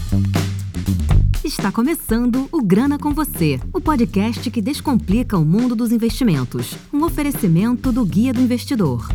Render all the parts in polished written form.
Está começando o Grana com Você, o podcast que descomplica o mundo dos investimentos. Um oferecimento do Guia do Investidor.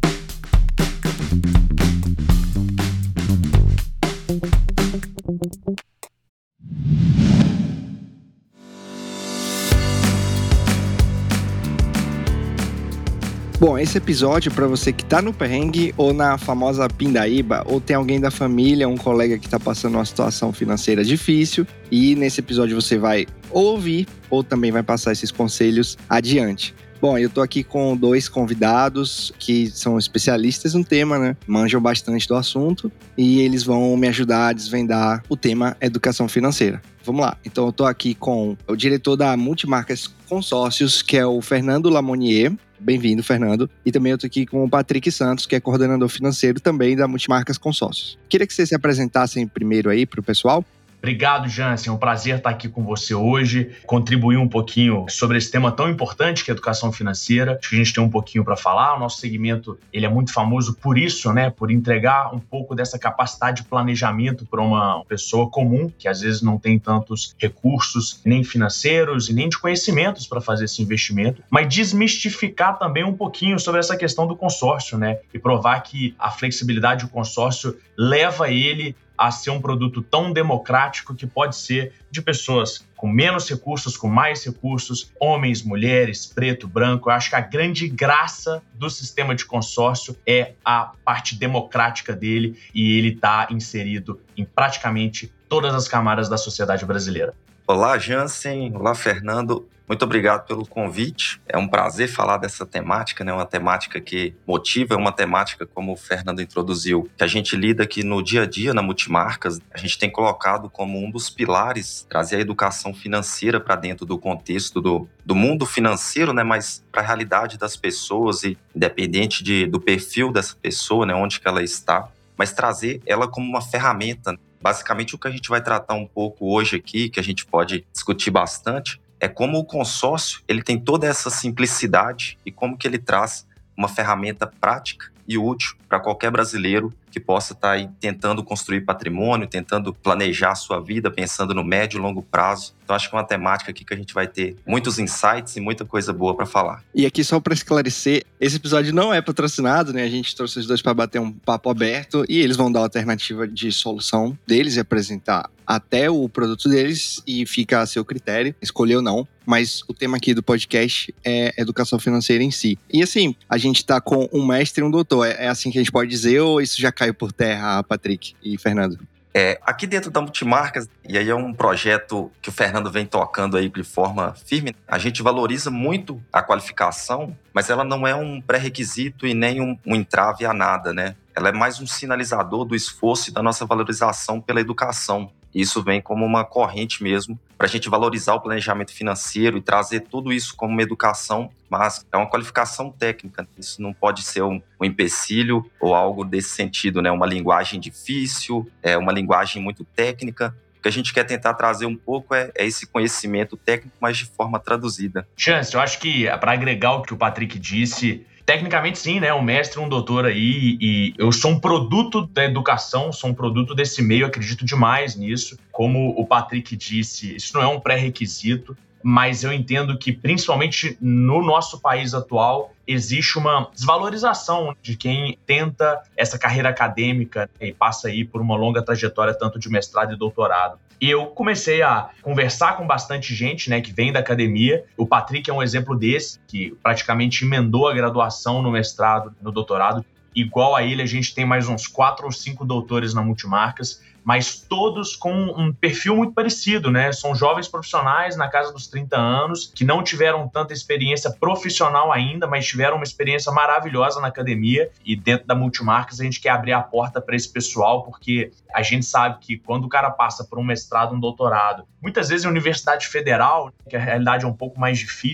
Bom, esse episódio, para você que tá no perrengue ou na famosa pindaíba, ou tem alguém da família, um colega que tá passando uma situação financeira difícil, e nesse episódio você vai ouvir ou também vai passar esses conselhos adiante. Bom, eu tô aqui com dois convidados que são especialistas no tema, né? Manjam bastante do assunto e eles vão me ajudar a desvendar o tema educação financeira. Vamos lá. Então eu tô aqui com o diretor da Multimarcas Consórcios, que é o Fernando Lamonier. Bem-vindo, Fernando. E também eu tô aqui com o Patrick Santos, que é coordenador financeiro também da Multimarcas Consórcios. Queria que vocês se apresentassem primeiro aí pro pessoal. Obrigado, Jansen. É um prazer estar aqui com você hoje, contribuir um pouquinho sobre esse tema tão importante que é a educação financeira. Acho que a gente tem um pouquinho para falar. O nosso segmento ele é muito famoso por isso, né? Por entregar um pouco dessa capacidade de planejamento para uma pessoa comum, que às vezes não tem tantos recursos, nem financeiros e nem de conhecimentos para fazer esse investimento, mas desmistificar também um pouquinho sobre essa questão do consórcio, né? E provar que a flexibilidade do consórcio leva ele a ser um produto tão democrático que pode ser de pessoas com menos recursos, com mais recursos, homens, mulheres, preto, branco. Eu acho que a grande graça do sistema de consórcio é a parte democrática dele e ele está inserido em praticamente todas as camadas da sociedade brasileira. Olá, Jansen. Olá, Fernando. Muito obrigado pelo convite. É um prazer falar dessa temática, né? Uma temática que motiva, uma temática, como o Fernando introduziu, que a gente lida aqui no dia a dia na Multimarcas. A gente tem colocado como um dos pilares trazer a educação financeira para dentro do contexto do mundo financeiro, né? Mas para a realidade das pessoas, e independente do perfil dessa pessoa, né? Onde que ela está, mas trazer ela como uma ferramenta. Basicamente, o que a gente vai tratar um pouco hoje aqui, que a gente pode discutir bastante, é como o consórcio ele tem toda essa simplicidade e como que ele traz uma ferramenta prática e útil para qualquer brasileiro que possa estar aí tentando construir patrimônio, tentando planejar a sua vida, pensando no médio e longo prazo. Então, acho que é uma temática aqui que a gente vai ter muitos insights e muita coisa boa para falar. E aqui, só para esclarecer, esse episódio não é patrocinado, né? A gente trouxe os dois para bater um papo aberto e eles vão dar a alternativa de solução deles e apresentar até o produto deles e fica a seu critério, escolher ou não. Mas o tema aqui do podcast é educação financeira em si. E assim, a gente tá com um mestre e um doutor. É assim que a gente pode dizer ou isso já caiu por terra, Patrick e Fernando? Aqui dentro da Multimarcas, e aí é um projeto que o Fernando vem tocando aí de forma firme, a gente valoriza muito a qualificação, mas ela não é um pré-requisito e nem um entrave a nada, né? Ela é mais um sinalizador do esforço e da nossa valorização pela educação. Isso vem como uma corrente mesmo para a gente valorizar o planejamento financeiro e trazer tudo isso como uma educação, mas é uma qualificação técnica. Isso não pode ser um empecilho ou algo desse sentido, né? Uma linguagem difícil, uma linguagem muito técnica. O que a gente quer tentar trazer um pouco é esse conhecimento técnico, mas de forma traduzida. Chance, eu acho que para agregar o que o Patrick disse, tecnicamente sim, né? Um mestre, um doutor aí, e eu sou um produto da educação, sou um produto desse meio, acredito demais nisso. Como o Patrick disse, isso não é um pré-requisito, mas eu entendo que, principalmente no nosso país atual, existe uma desvalorização de quem tenta essa carreira acadêmica e passa aí por uma longa trajetória tanto de mestrado e doutorado. E eu comecei a conversar com bastante gente, né, que vem da academia. O Patrick é um exemplo desse, que praticamente emendou a graduação no mestrado, no doutorado. Igual a ele, a gente tem mais uns 4 ou 5 doutores na Multimarcas, mas todos com um perfil muito parecido, né? São jovens profissionais na casa dos 30 anos, que não tiveram tanta experiência profissional ainda, mas tiveram uma experiência maravilhosa na academia. E dentro da Multimarcas, a gente quer abrir a porta para esse pessoal, porque a gente sabe que quando o cara passa por um mestrado, um doutorado, muitas vezes em universidade federal, que a realidade é um pouco mais difícil,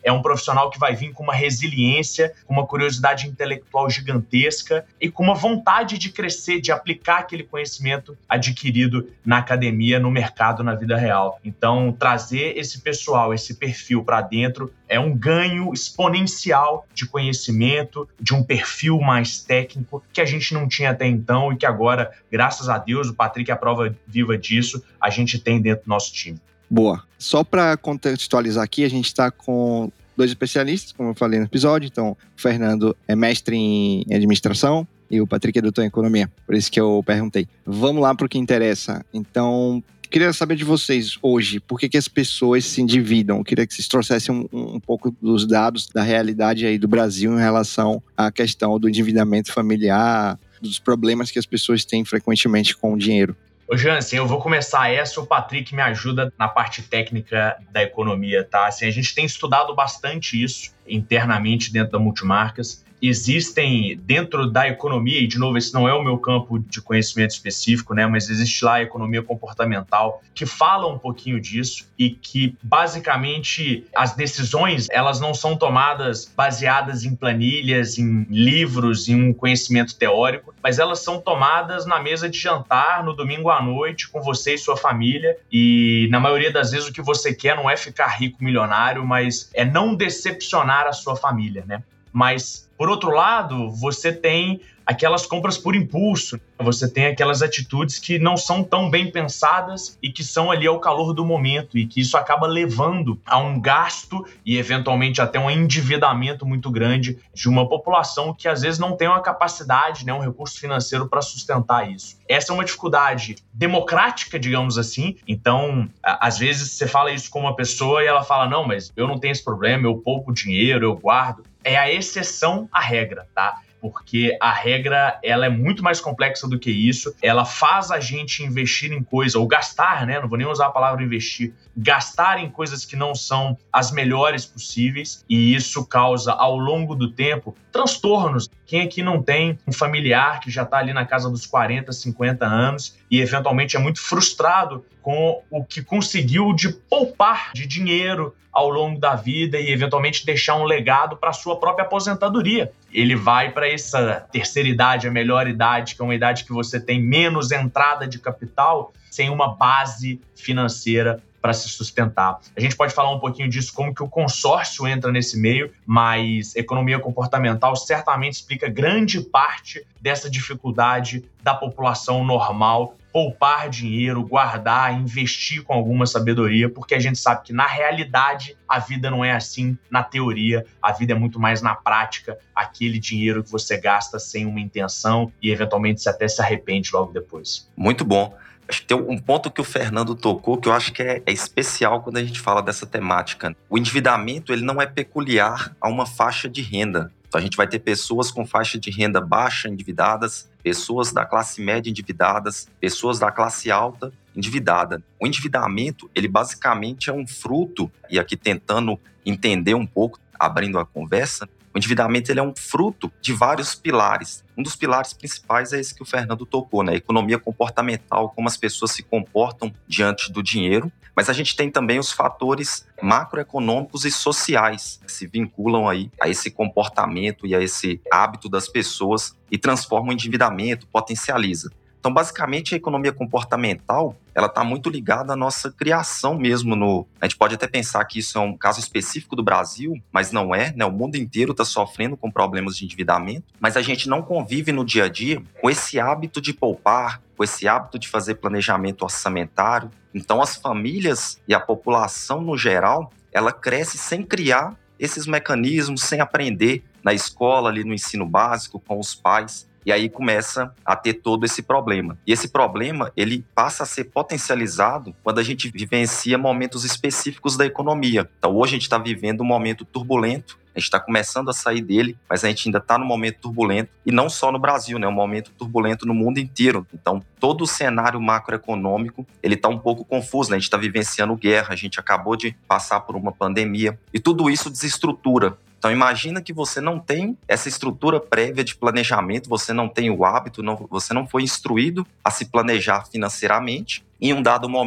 é um profissional que vai vir com uma resiliência, com uma curiosidade intelectual gigantesca e com uma vontade de crescer, de aplicar aquele conhecimento adquirido na academia, no mercado, na vida real. Então, trazer esse pessoal, esse perfil para dentro é um ganho exponencial de conhecimento, de um perfil mais técnico que a gente não tinha até então e que agora, graças a Deus, o Patrick é a prova viva disso, a gente tem dentro do nosso time. Boa. Só para contextualizar aqui, a gente está com 2 especialistas, como eu falei no episódio. Então, o Fernando é mestre em administração e o Patrick é doutor em economia. Por isso que eu perguntei. Vamos lá para o que interessa. Então, queria saber de vocês hoje, por que as pessoas se endividam? Eu queria que vocês trouxessem um pouco dos dados da realidade aí do Brasil em relação à questão do endividamento familiar, dos problemas que as pessoas têm frequentemente com o dinheiro. Ô Jansen, eu vou começar essa, o Patrick me ajuda na parte técnica da economia, tá? Assim, a gente tem estudado bastante isso internamente dentro da Multimarcas. Existem dentro da economia, e de novo, esse não é o meu campo de conhecimento específico, né? Mas existe lá a economia comportamental que fala um pouquinho disso e que basicamente as decisões elas não são tomadas baseadas em planilhas, em livros, em um conhecimento teórico, mas elas são tomadas na mesa de jantar no domingo à noite com você e sua família e na maioria das vezes o que você quer não é ficar rico, milionário, mas é não decepcionar a sua família, né? Mas, por outro lado, você tem aquelas compras por impulso, você tem aquelas atitudes que não são tão bem pensadas e que são ali ao calor do momento e que isso acaba levando a um gasto e, eventualmente, até um endividamento muito grande de uma população que, às vezes, não tem uma capacidade, né, um recurso financeiro para sustentar isso. Essa é uma dificuldade democrática, digamos assim. Então, às vezes, você fala isso com uma pessoa e ela fala, não, mas eu não tenho esse problema, eu poupo dinheiro, eu guardo. É a exceção à regra, tá? Porque a regra ela é muito mais complexa do que isso. Ela faz a gente investir em coisa, ou gastar, né? Não vou nem usar a palavra investir. Gastar em coisas que não são as melhores possíveis. E isso causa, ao longo do tempo, transtornos. Quem aqui não tem um familiar que já está ali na casa dos 40, 50 anos e, eventualmente, é muito frustrado com o que conseguiu de poupar de dinheiro ao longo da vida e, eventualmente, deixar um legado para a sua própria aposentadoria. Ele vai para essa terceira idade, a melhor idade, que é uma idade que você tem menos entrada de capital, sem uma base financeira para se sustentar. A gente pode falar um pouquinho disso, como que o consórcio entra nesse meio, mas economia comportamental certamente explica grande parte dessa dificuldade da população normal poupar dinheiro, guardar, investir com alguma sabedoria, porque a gente sabe que na realidade a vida não é assim na teoria, a vida é muito mais na prática, aquele dinheiro que você gasta sem uma intenção e eventualmente você até se arrepende logo depois. Muito bom. Acho que tem um ponto que o Fernando tocou que eu acho que é especial quando a gente fala dessa temática. O endividamento ele não é peculiar a uma faixa de renda. Então a gente vai ter pessoas com faixa de renda baixa endividadas, pessoas da classe média endividadas, pessoas da classe alta endividada. O endividamento, ele basicamente é um fruto, e aqui tentando entender um pouco, abrindo a conversa, o endividamento ele é um fruto de vários pilares. Um dos pilares principais é esse que o Fernando tocou, né? A economia comportamental, como as pessoas se comportam diante do dinheiro. Mas a gente tem também os fatores macroeconômicos e sociais que se vinculam aí a esse comportamento e a esse hábito das pessoas e transformam o endividamento, potencializa. Então, basicamente, a economia comportamental, ela está muito ligada à nossa criação mesmo. A gente pode até pensar que isso é um caso específico do Brasil, mas não é, né? O mundo inteiro está sofrendo com problemas de endividamento, mas a gente não convive no dia a dia com esse hábito de poupar, com esse hábito de fazer planejamento orçamentário. Então, as famílias e a população, no geral, ela cresce sem criar esses mecanismos, sem aprender na escola, ali no ensino básico, com os pais. E aí começa a ter todo esse problema. E esse problema, ele passa a ser potencializado quando a gente vivencia momentos específicos da economia. Então, hoje a gente está vivendo um momento turbulento, a gente está começando a sair dele, mas a gente ainda está num momento turbulento, e não só no Brasil, né? Um momento turbulento no mundo inteiro. Então, todo o cenário macroeconômico, ele está um pouco confuso, né? A gente está vivenciando guerra, a gente acabou de passar por uma pandemia, e tudo isso desestrutura. Então, imagina que você não tem essa estrutura prévia de planejamento, você não tem o hábito, você não foi instruído a se planejar financeiramente. Em um dado momento,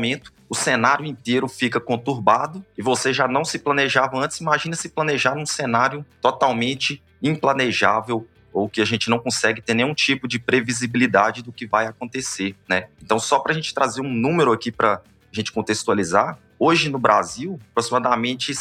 o cenário inteiro fica conturbado e você já não se planejava antes. Imagina se planejar num cenário totalmente implanejável ou que a gente não consegue ter nenhum tipo de previsibilidade do que vai acontecer, né? Então, só para a gente trazer um número aqui para a gente contextualizar, hoje no Brasil, aproximadamente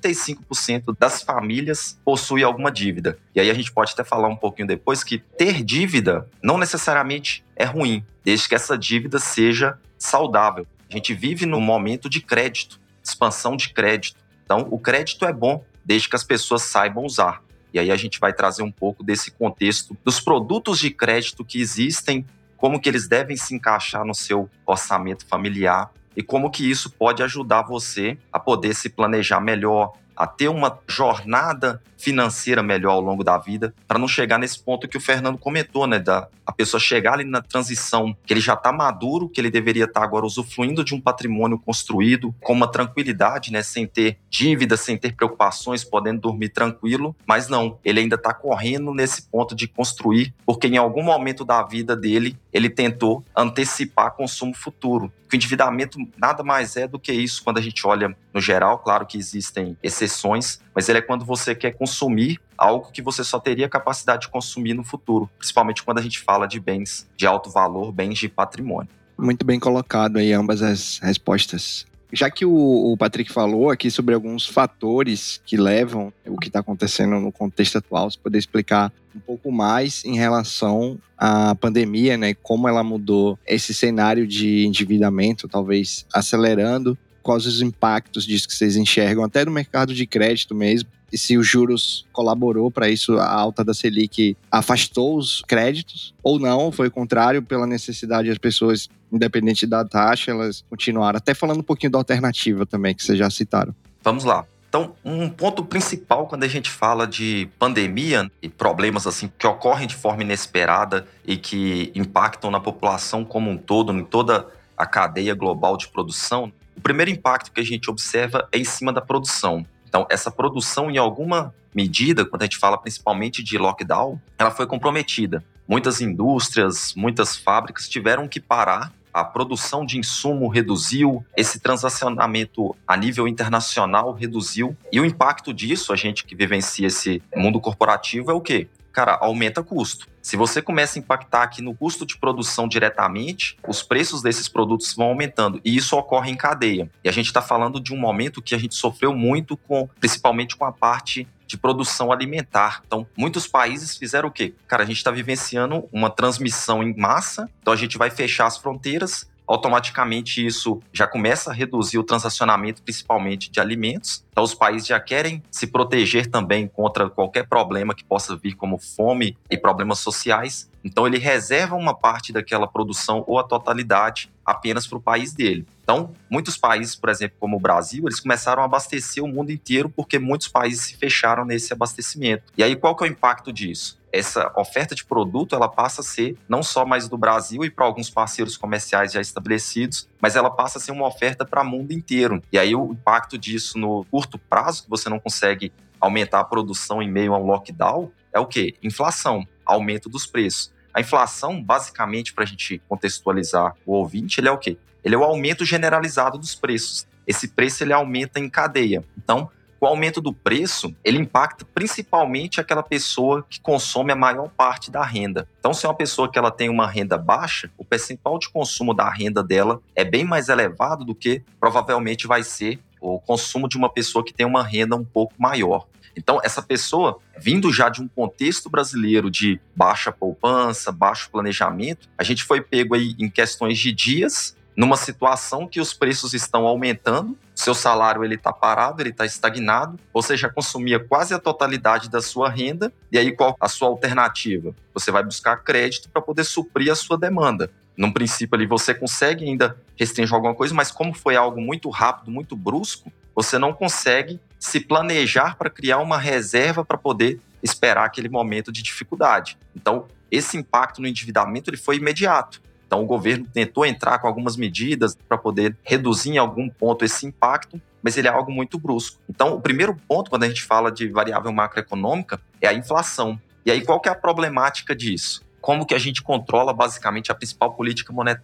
75% das famílias possuem alguma dívida. E aí a gente pode até falar um pouquinho depois que ter dívida não necessariamente é ruim, desde que essa dívida seja saudável. A gente vive num momento de crédito, expansão de crédito. Então, o crédito é bom, desde que as pessoas saibam usar. E aí a gente vai trazer um pouco desse contexto dos produtos de crédito que existem, como que eles devem se encaixar no seu orçamento familiar e como que isso pode ajudar você a poder se planejar melhor, a ter uma jornada financeira melhor ao longo da vida, para não chegar nesse ponto que o Fernando comentou, né, a pessoa chegar ali na transição, que ele já está maduro, que ele deveria estar agora usufruindo de um patrimônio construído com uma tranquilidade, né, sem ter dívidas, sem ter preocupações, podendo dormir tranquilo, mas não, ele ainda está correndo nesse ponto de construir, porque em algum momento da vida dele, ele tentou antecipar consumo futuro. O endividamento nada mais é do que isso quando a gente olha no geral, claro que existem exceções, mas ele é quando você quer consumir algo que você só teria capacidade de consumir no futuro, principalmente quando a gente fala de bens de alto valor, bens de patrimônio. Muito bem colocado aí ambas as respostas. Já que o Patrick falou aqui sobre alguns fatores que levam o que está acontecendo no contexto atual, você poder explicar um pouco mais em relação à pandemia, né? Como ela mudou esse cenário de endividamento, talvez acelerando. Quais os impactos disso que vocês enxergam, até no mercado de crédito mesmo, e se os juros colaborou para isso, a alta da Selic afastou os créditos, ou não, foi o contrário, pela necessidade das pessoas, independente da taxa, elas continuaram. Até falando um pouquinho da alternativa também, que vocês já citaram. Vamos lá. Então, um ponto principal quando a gente fala de pandemia e problemas assim que ocorrem de forma inesperada e que impactam na população como um todo, em toda a cadeia global de produção, o primeiro impacto que a gente observa é em cima da produção. Então, essa produção, em alguma medida, quando a gente fala principalmente de lockdown, ela foi comprometida. Muitas indústrias, muitas fábricas tiveram que parar, a produção de insumo reduziu, esse transacionamento a nível internacional reduziu. E o impacto disso, a gente que vivencia esse mundo corporativo, é o quê? Cara, aumenta custo. Se você começa a impactar aqui no custo de produção diretamente, os preços desses produtos vão aumentando. E isso ocorre em cadeia. E a gente está falando de um momento que a gente sofreu muito, principalmente com a parte de produção alimentar. Então, muitos países fizeram o quê? Cara, a gente está vivenciando uma transmissão em massa, então a gente vai fechar as fronteiras, automaticamente isso já começa a reduzir o transacionamento, principalmente de alimentos. Então, os países já querem se proteger também contra qualquer problema que possa vir, como fome e problemas sociais. Então, ele reserva uma parte daquela produção ou a totalidade apenas para o país dele. Então, muitos países, por exemplo, como o Brasil, eles começaram a abastecer o mundo inteiro porque muitos países se fecharam nesse abastecimento. E aí, qual que é o impacto disso? Essa oferta de produto, ela passa a ser não só mais do Brasil e para alguns parceiros comerciais já estabelecidos, mas ela passa a ser uma oferta para o mundo inteiro. E aí o impacto disso no curto prazo, que você não consegue aumentar a produção em meio a um lockdown, é o quê? Inflação, aumento dos preços. A inflação, basicamente, para a gente contextualizar o ouvinte, ele é o quê? Ele é o aumento generalizado dos preços. Esse preço ele aumenta em cadeia. Então, o aumento do preço, ele impacta principalmente aquela pessoa que consome a maior parte da renda. Então, se é uma pessoa que ela tem uma renda baixa, o percentual de consumo da renda dela é bem mais elevado do que provavelmente vai ser o consumo de uma pessoa que tem uma renda um pouco maior. Então, essa pessoa, vindo já de um contexto brasileiro de baixa poupança, baixo planejamento, a gente foi pego aí em questões de dias, numa situação que os preços estão aumentando, seu salário ele está parado, ele está estagnado, você já consumia quase a totalidade da sua renda, e aí qual a sua alternativa? Você vai buscar crédito para poder suprir a sua demanda. Num princípio ali você consegue ainda restringir alguma coisa, mas como foi algo muito rápido, muito brusco, você não consegue se planejar para criar uma reserva para poder esperar aquele momento de dificuldade. Então, esse impacto no endividamento ele foi imediato. Então, o governo tentou entrar com algumas medidas para poder reduzir em algum ponto esse impacto, mas ele é algo muito brusco. Então, o primeiro ponto, quando a gente fala de variável macroeconômica, é a inflação. E aí, qual que é a problemática disso? Como que a gente controla, basicamente, a principal política monetária?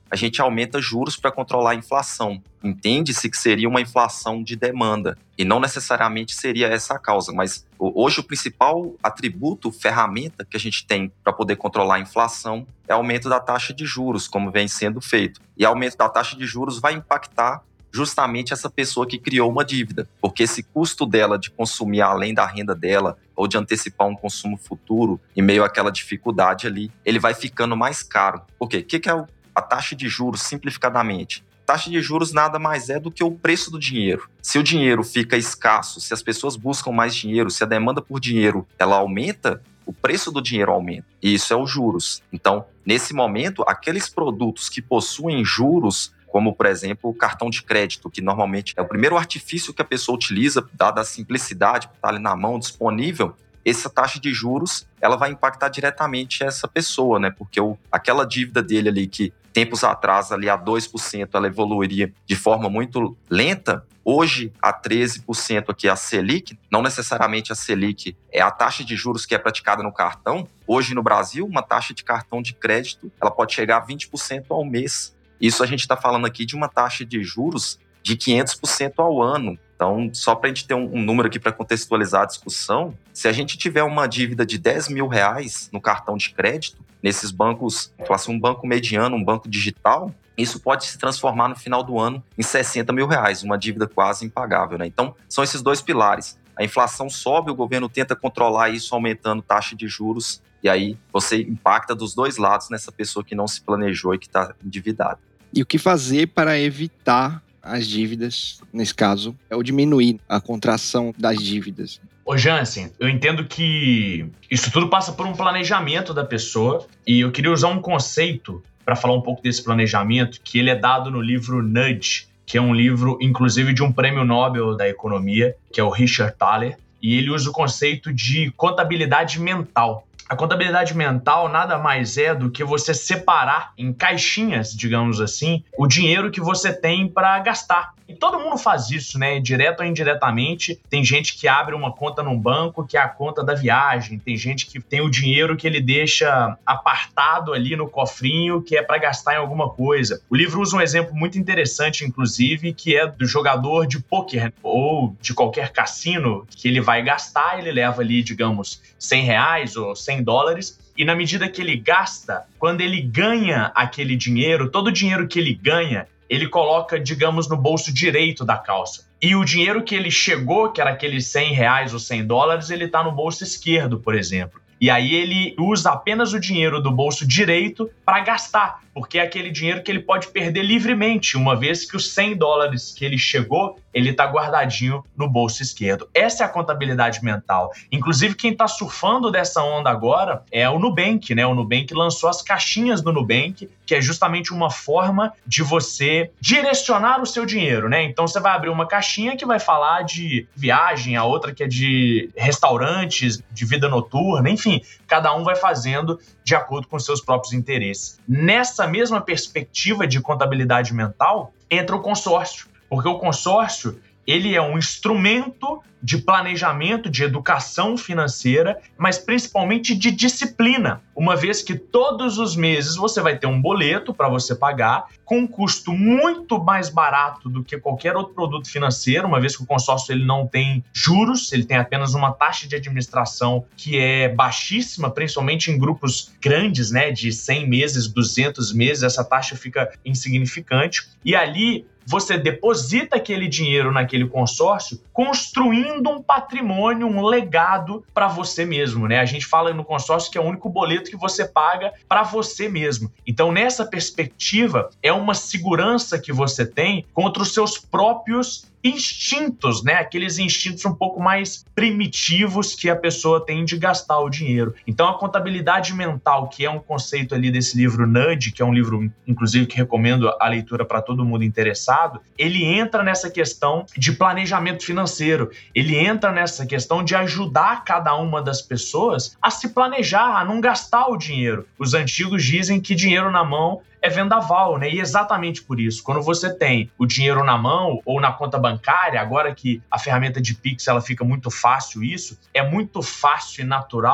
a gente aumenta juros para controlar a inflação. Entende-se que seria uma inflação de demanda, e não necessariamente seria essa a causa, mas hoje o principal atributo, ferramenta que a gente tem para poder controlar a inflação é o aumento da taxa de juros, como vem sendo feito. E o aumento da taxa de juros vai impactar justamente essa pessoa que criou uma dívida, porque esse custo dela de consumir além da renda dela ou de antecipar um consumo futuro em meio àquela dificuldade ali, ele vai ficando mais caro. Por quê? O que é a taxa de juros, simplificadamente? Taxa de juros nada mais é do que o preço do dinheiro. Se o dinheiro fica escasso, se as pessoas buscam mais dinheiro, se a demanda por dinheiro ela aumenta, o preço do dinheiro aumenta. E isso é os juros. Então, nesse momento, aqueles produtos que possuem juros, como, por exemplo, o cartão de crédito, que normalmente é o primeiro artifício que a pessoa utiliza, dada a simplicidade, por estar ali na mão, disponível, essa taxa de juros ela vai impactar diretamente essa pessoa, né? Porque aquela dívida dele ali, que tempos atrás, ali a 2%, ela evoluiria de forma muito lenta, hoje a 13% aqui a Selic, não necessariamente a Selic é a taxa de juros que é praticada no cartão. Hoje no Brasil, uma taxa de cartão de crédito, ela pode chegar a 20% ao mês. Isso a gente está falando aqui de uma taxa de juros de 500% ao ano. Então, só para a gente ter um número aqui para contextualizar a discussão, se a gente tiver uma dívida de R$10 mil no cartão de crédito, nesses bancos, um banco mediano, um banco digital, isso pode se transformar no final do ano em R$60 mil, uma dívida quase impagável, né? Então, são esses dois pilares. A inflação sobe, o governo tenta controlar isso aumentando taxa de juros, e aí você impacta dos dois lados nessa pessoa que não se planejou e que está endividada. E o que fazer para evitar as dívidas, nesse caso, é o diminuir a contração das dívidas? Ô Jansen, eu entendo que isso tudo passa por um planejamento da pessoa, e eu queria usar um conceito para falar um pouco desse planejamento, que ele é dado no livro Nudge, que é um livro, inclusive, de um prêmio Nobel da economia, que é o Richard Thaler, e ele usa o conceito de contabilidade mental. A contabilidade mental nada mais é do que você separar em caixinhas, digamos assim, o dinheiro que você tem para gastar. E todo mundo faz isso, né? Direto ou indiretamente. Tem gente que abre uma conta num banco, que é a conta da viagem. Tem gente que tem o dinheiro que ele deixa apartado ali no cofrinho, que é para gastar em alguma coisa. O livro usa um exemplo muito interessante, inclusive, que é do jogador de pôquer ou de qualquer cassino que ele vai gastar. Ele leva ali, digamos, R$100 ou $100. E na medida que ele gasta, quando ele ganha aquele dinheiro, todo o dinheiro que ele ganha, ele coloca, digamos, no bolso direito da calça. E o dinheiro que ele chegou, que era aqueles R$100 ou $100, ele está no bolso esquerdo, por exemplo. E aí ele usa apenas o dinheiro do bolso direito para gastar, porque é aquele dinheiro que ele pode perder livremente, uma vez que os $100 que ele chegou, ele está guardadinho no bolso esquerdo. Essa é a contabilidade mental. Inclusive, quem está surfando dessa onda agora é o Nubank, né? O Nubank lançou as caixinhas do Nubank, que é justamente uma forma de você direcionar o seu dinheiro, né? Então, você vai abrir uma caixinha que vai falar de viagem, a outra que é de restaurantes, de vida noturna, enfim, cada um vai fazendo de acordo com seus próprios interesses. Nessa mesma perspectiva de contabilidade mental, entra o consórcio, porque o consórcio ele é um instrumento de planejamento, de educação financeira, mas principalmente de disciplina, uma vez que todos os meses você vai ter um boleto para você pagar com um custo muito mais barato do que qualquer outro produto financeiro, uma vez que o consórcio ele não tem juros, ele tem apenas uma taxa de administração que é baixíssima, principalmente em grupos grandes, né, de 100 meses, 200 meses, essa taxa fica insignificante, e ali você deposita aquele dinheiro naquele consórcio, construindo um patrimônio, um legado para você mesmo, né? A gente fala no consórcio que é o único boleto que você paga para você mesmo. Então, nessa perspectiva, é uma segurança que você tem contra os seus próprios instintos, né? Aqueles instintos um pouco mais primitivos que a pessoa tem de gastar o dinheiro. Então, a contabilidade mental, que é um conceito ali desse livro Nudge, que é um livro, inclusive, que recomendo a leitura para todo mundo interessado, ele entra nessa questão de planejamento financeiro, ele entra nessa questão de ajudar cada uma das pessoas a se planejar, a não gastar o dinheiro. Os antigos dizem que dinheiro na mão é vendaval, né? E exatamente por isso, quando você tem o dinheiro na mão ou na conta bancária, agora que a ferramenta de Pix ela fica muito fácil isso, é muito fácil e natural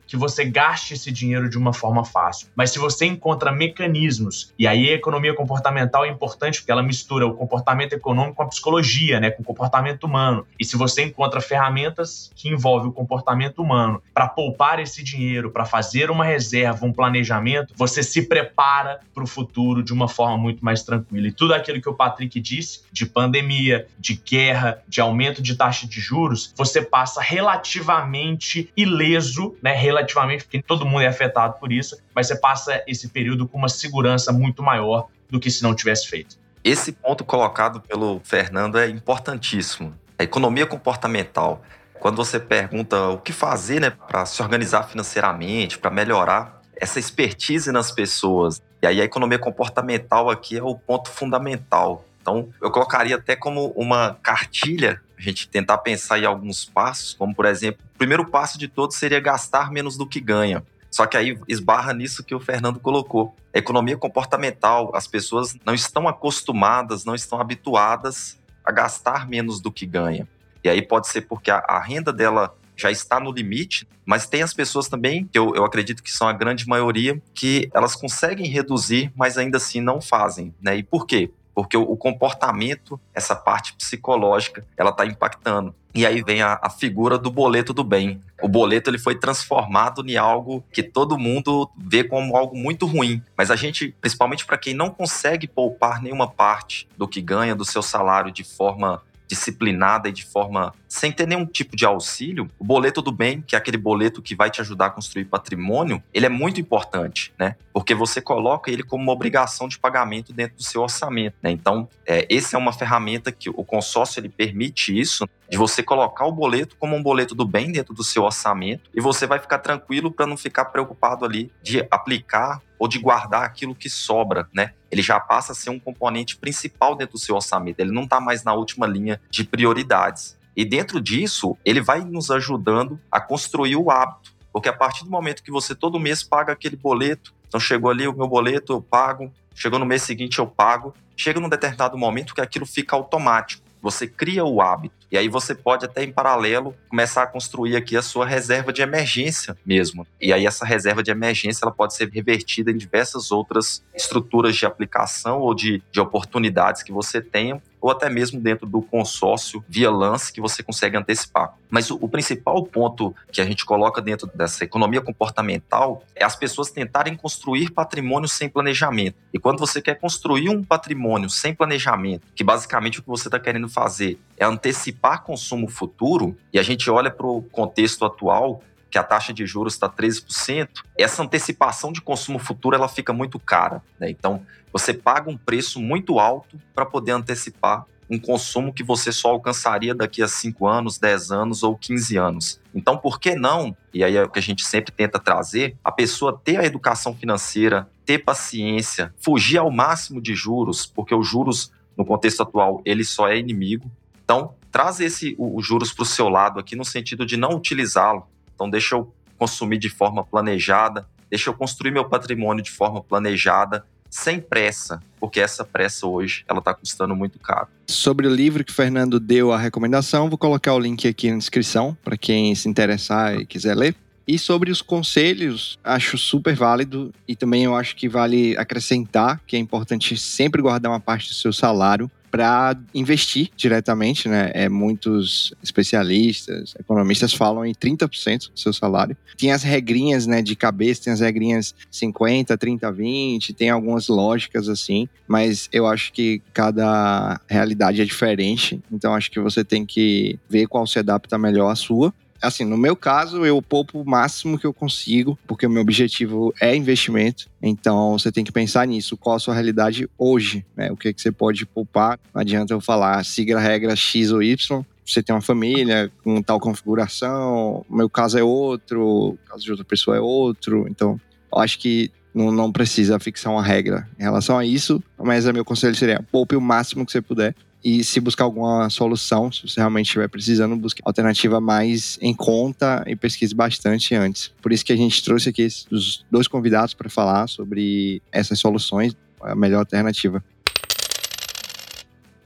que você gaste esse dinheiro de uma forma fácil. Mas se você encontra mecanismos, e aí a economia comportamental é importante porque ela mistura o comportamento econômico com a psicologia, né, com o comportamento humano. E se você encontra ferramentas que envolvem o comportamento humano para poupar esse dinheiro, para fazer uma reserva, um planejamento, você se prepara para o futuro de uma forma muito mais tranquila. E tudo aquilo que o Patrick disse, de pandemia, de guerra, de aumento de taxa de juros, você passa relativamente ileso, né? Relativamente, porque todo mundo é afetado por isso, mas você passa esse período com uma segurança muito maior do que se não tivesse feito. Esse ponto colocado pelo Fernando é importantíssimo. A economia comportamental. Quando você pergunta o que fazer, né, para se organizar financeiramente, para melhorar essa expertise nas pessoas. E aí a economia comportamental aqui é o ponto fundamental. Então, eu colocaria até como uma cartilha, a gente tentar pensar em alguns passos, como, por exemplo, o primeiro passo de todos seria gastar menos do que ganha. Só que aí esbarra nisso que o Fernando colocou. A economia comportamental, as pessoas não estão acostumadas, não estão habituadas a gastar menos do que ganha. E aí pode ser porque a renda dela já está no limite, mas tem as pessoas também, que eu acredito que são a grande maioria, que elas conseguem reduzir, mas ainda assim não fazem, né? E por quê? Porque o comportamento, essa parte psicológica, ela está impactando. E aí vem a figura do boleto do bem. O boleto ele foi transformado em algo que todo mundo vê como algo muito ruim. Mas a gente, principalmente para quem não consegue poupar nenhuma parte do que ganha do seu salário de forma disciplinada e de forma sem ter nenhum tipo de auxílio, o boleto do bem, que é aquele boleto que vai te ajudar a construir patrimônio, ele é muito importante, né? Porque você coloca ele como uma obrigação de pagamento dentro do seu orçamento, né? Então, essa é uma ferramenta que o consórcio ele permite isso, de você colocar o boleto como um boleto do bem dentro do seu orçamento e você vai ficar tranquilo para não ficar preocupado ali de aplicar ou de guardar aquilo que sobra, né? Ele já passa a ser um componente principal dentro do seu orçamento, ele não está mais na última linha de prioridades. E dentro disso, ele vai nos ajudando a construir o hábito, porque a partir do momento que você todo mês paga aquele boleto, então chegou ali o meu boleto, eu pago, chegou no mês seguinte eu pago, chega num determinado momento que aquilo fica automático. Você cria o hábito. E aí você pode até, em paralelo, começar a construir aqui a sua reserva de emergência mesmo. E aí essa reserva de emergência ela pode ser revertida em diversas outras estruturas de aplicação ou de oportunidades que você tenha, ou até mesmo dentro do consórcio via lance que você consegue antecipar. Mas o principal ponto que a gente coloca dentro dessa economia comportamental é as pessoas tentarem construir patrimônio sem planejamento. E quando você quer construir um patrimônio sem planejamento, que basicamente o que você está querendo fazer é antecipar consumo futuro, e a gente olha para o contexto atual, que a taxa de juros está 13%, essa antecipação de consumo futuro ela fica muito cara, né? Então, você paga um preço muito alto para poder antecipar um consumo que você só alcançaria daqui a 5 anos, 10 anos ou 15 anos. Então, por que não? E aí é o que a gente sempre tenta trazer, a pessoa ter a educação financeira, ter paciência, fugir ao máximo de juros, porque os juros, no contexto atual, ele só é inimigo. Então, traz os juros para o seu lado aqui no sentido de não utilizá-lo. Então, deixa eu consumir de forma planejada, deixa eu construir meu patrimônio de forma planejada, sem pressa, porque essa pressa hoje, ela está custando muito caro. Sobre o livro que o Fernando deu a recomendação, vou colocar o link aqui na descrição, para quem se interessar e quiser ler. E sobre os conselhos, acho super válido e também eu acho que vale acrescentar que é importante sempre guardar uma parte do seu salário para investir diretamente, né? Muitos especialistas, economistas falam em 30% do seu salário. Tem as regrinhas, né, de cabeça, tem as regrinhas 50, 30, 20, tem algumas lógicas assim, mas eu acho que cada realidade é diferente, então acho que você tem que ver qual se adapta melhor à sua. Assim, no meu caso, eu poupo o máximo que eu consigo, porque o meu objetivo é investimento. Então, você tem que pensar nisso. Qual a sua realidade hoje, né? O que você pode poupar? Não adianta eu falar, siga a regra X ou Y. Você tem uma família com tal configuração. O meu caso é outro, o caso de outra pessoa é outro. Então, eu acho que não precisa fixar uma regra em relação a isso. Mas o meu conselho seria, poupe o máximo que você puder. E se buscar alguma solução, se você realmente estiver precisando, busque alternativa mais em conta e pesquise bastante antes. Por isso que a gente trouxe aqui os 2 convidados para falar sobre essas soluções, a melhor alternativa.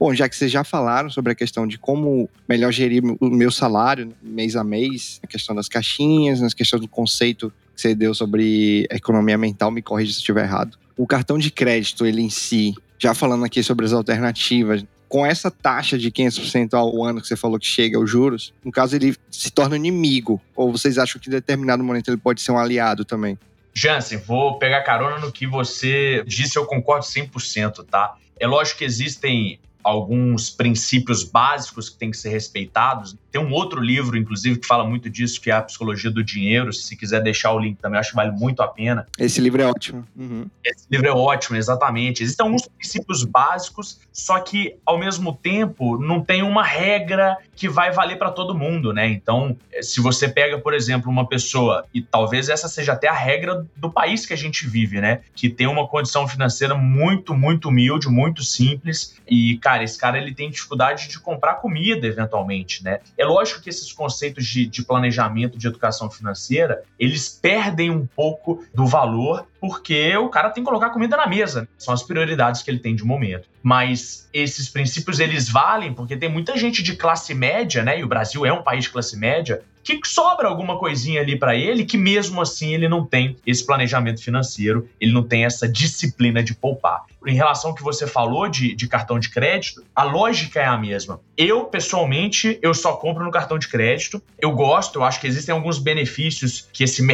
Bom, já que vocês já falaram sobre a questão de como melhor gerir o meu salário mês a mês, a questão das caixinhas, na questão do conceito que você deu sobre economia mental, me corrija se estiver errado. O cartão de crédito, ele em si, já falando aqui sobre as alternativas, com essa taxa de 500% ao ano que você falou que chega aos juros, no caso ele se torna inimigo? Ou vocês acham que em determinado momento ele pode ser um aliado também? Jansen, vou pegar carona no que você disse, eu concordo 100%, tá? É lógico que existem alguns princípios básicos que têm que ser respeitados. Tem um outro livro, inclusive, que fala muito disso, que é a Psicologia do Dinheiro. Se quiser deixar o link também, acho que vale muito a pena. Esse livro é ótimo. Uhum. Esse livro é ótimo, exatamente. Existem alguns princípios básicos, só que, ao mesmo tempo, não tem uma regra que vai valer para todo mundo, né? Então, se você pega, por exemplo, uma pessoa, e talvez essa seja até a regra do país que a gente vive, né? Que tem uma condição financeira muito, muito humilde, muito simples, e, cara, esse cara ele tem dificuldade de comprar comida, eventualmente, né? É lógico que esses conceitos de planejamento, de educação financeira, eles perdem um pouco do valor, porque o cara tem que colocar comida na mesa. São as prioridades que ele tem de momento. Mas esses princípios, eles valem porque tem muita gente de classe média, né? E o Brasil é um país de classe média, que sobra alguma coisinha ali para ele, que mesmo assim ele não tem esse planejamento financeiro, ele não tem essa disciplina de poupar. Em relação ao que você falou de cartão de crédito, a lógica é a mesma. Eu, pessoalmente, eu só compro no cartão de crédito. Eu gosto, eu acho que existem alguns benefícios que esse é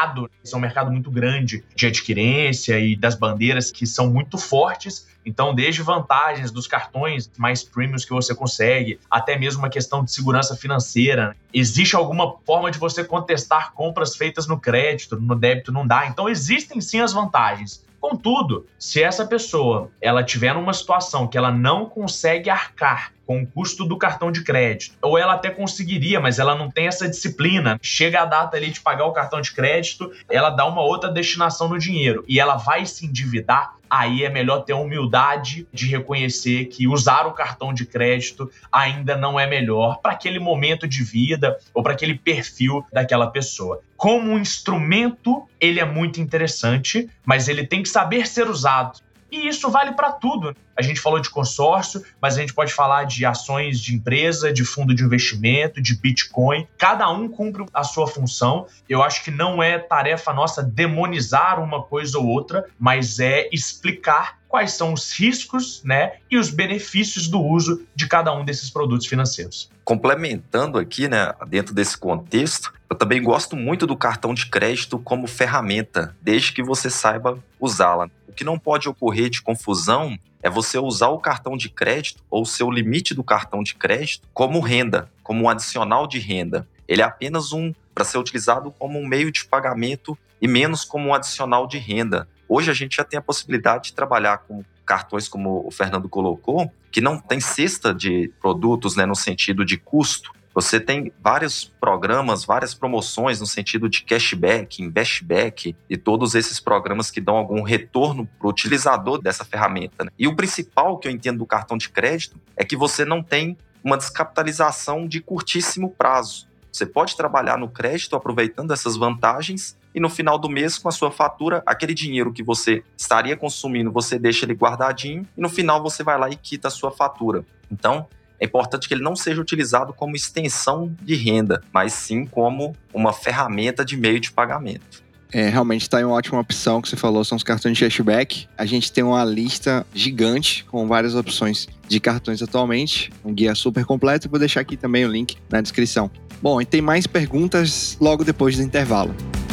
um mercado muito grande de adquirência e das bandeiras que são muito fortes. Então, desde vantagens dos cartões mais premiums que você consegue, até mesmo uma questão de segurança financeira. Existe alguma forma de você contestar compras feitas no crédito, no débito não dá. Então, existem sim as vantagens. Contudo, se essa pessoa ela tiver numa situação que ela não consegue arcar com o custo do cartão de crédito, ou ela até conseguiria, mas ela não tem essa disciplina, chega a data ali de pagar o cartão de crédito, ela dá uma outra destinação no dinheiro e ela vai se endividar, aí é melhor ter a humildade de reconhecer que usar o cartão de crédito ainda não é melhor para aquele momento de vida ou para aquele perfil daquela pessoa. Como um instrumento, ele é muito interessante, mas ele tem que saber ser usado. E isso vale para tudo. A gente falou de consórcio, mas a gente pode falar de ações de empresa, de fundo de investimento, de Bitcoin. Cada um cumpre a sua função. Eu acho que não é tarefa nossa demonizar uma coisa ou outra, mas é explicar quais são os riscos, né, e os benefícios do uso de cada um desses produtos financeiros. Complementando aqui, né, dentro desse contexto, eu também gosto muito do cartão de crédito como ferramenta, desde que você saiba usá-la. O que não pode ocorrer de confusão é você usar o cartão de crédito ou o seu limite do cartão de crédito como renda, como um adicional de renda. Ele é apenas para ser utilizado como um meio de pagamento e menos como um adicional de renda. Hoje a gente já tem a possibilidade de trabalhar com cartões, como o Fernando colocou, que não tem cesta de produtos, né, no sentido de custo. Você tem vários programas, várias promoções no sentido de cashback, investback e todos esses programas que dão algum retorno para o utilizador dessa ferramenta, né? E o principal que eu entendo do cartão de crédito é que você não tem uma descapitalização de curtíssimo prazo. Você pode trabalhar no crédito aproveitando essas vantagens e no final do mês, com a sua fatura, aquele dinheiro que você estaria consumindo, você deixa ele guardadinho e no final você vai lá e quita a sua fatura. Então, é importante que ele não seja utilizado como extensão de renda, mas sim como uma ferramenta de meio de pagamento. Realmente está aí uma ótima opção que você falou, são os cartões de cashback. A gente tem uma lista gigante com várias opções de cartões atualmente, um guia super completo. Eu vou deixar aqui também o link na descrição. Bom, e tem mais perguntas logo depois do intervalo.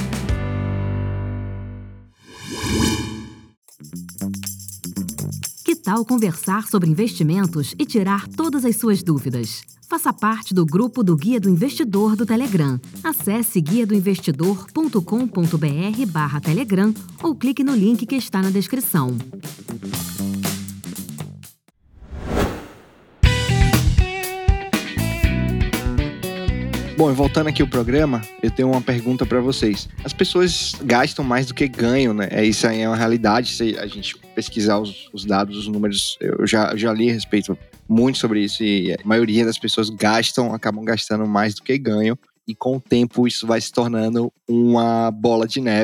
Que tal conversar sobre investimentos e tirar todas as suas dúvidas? Faça parte do grupo do Guia do Investidor do Telegram. Acesse guiadoinvestidor.com.br/Telegram ou clique no link que está na descrição. Bom, e voltando aqui ao programa, eu tenho uma pergunta para vocês. As pessoas gastam mais do que ganham, né? Isso aí é uma realidade. Se a gente pesquisar os dados, os números, eu já li a respeito muito sobre isso e a maioria das pessoas acabam gastando mais do que ganham. E com o tempo isso vai se tornando uma bola de neve.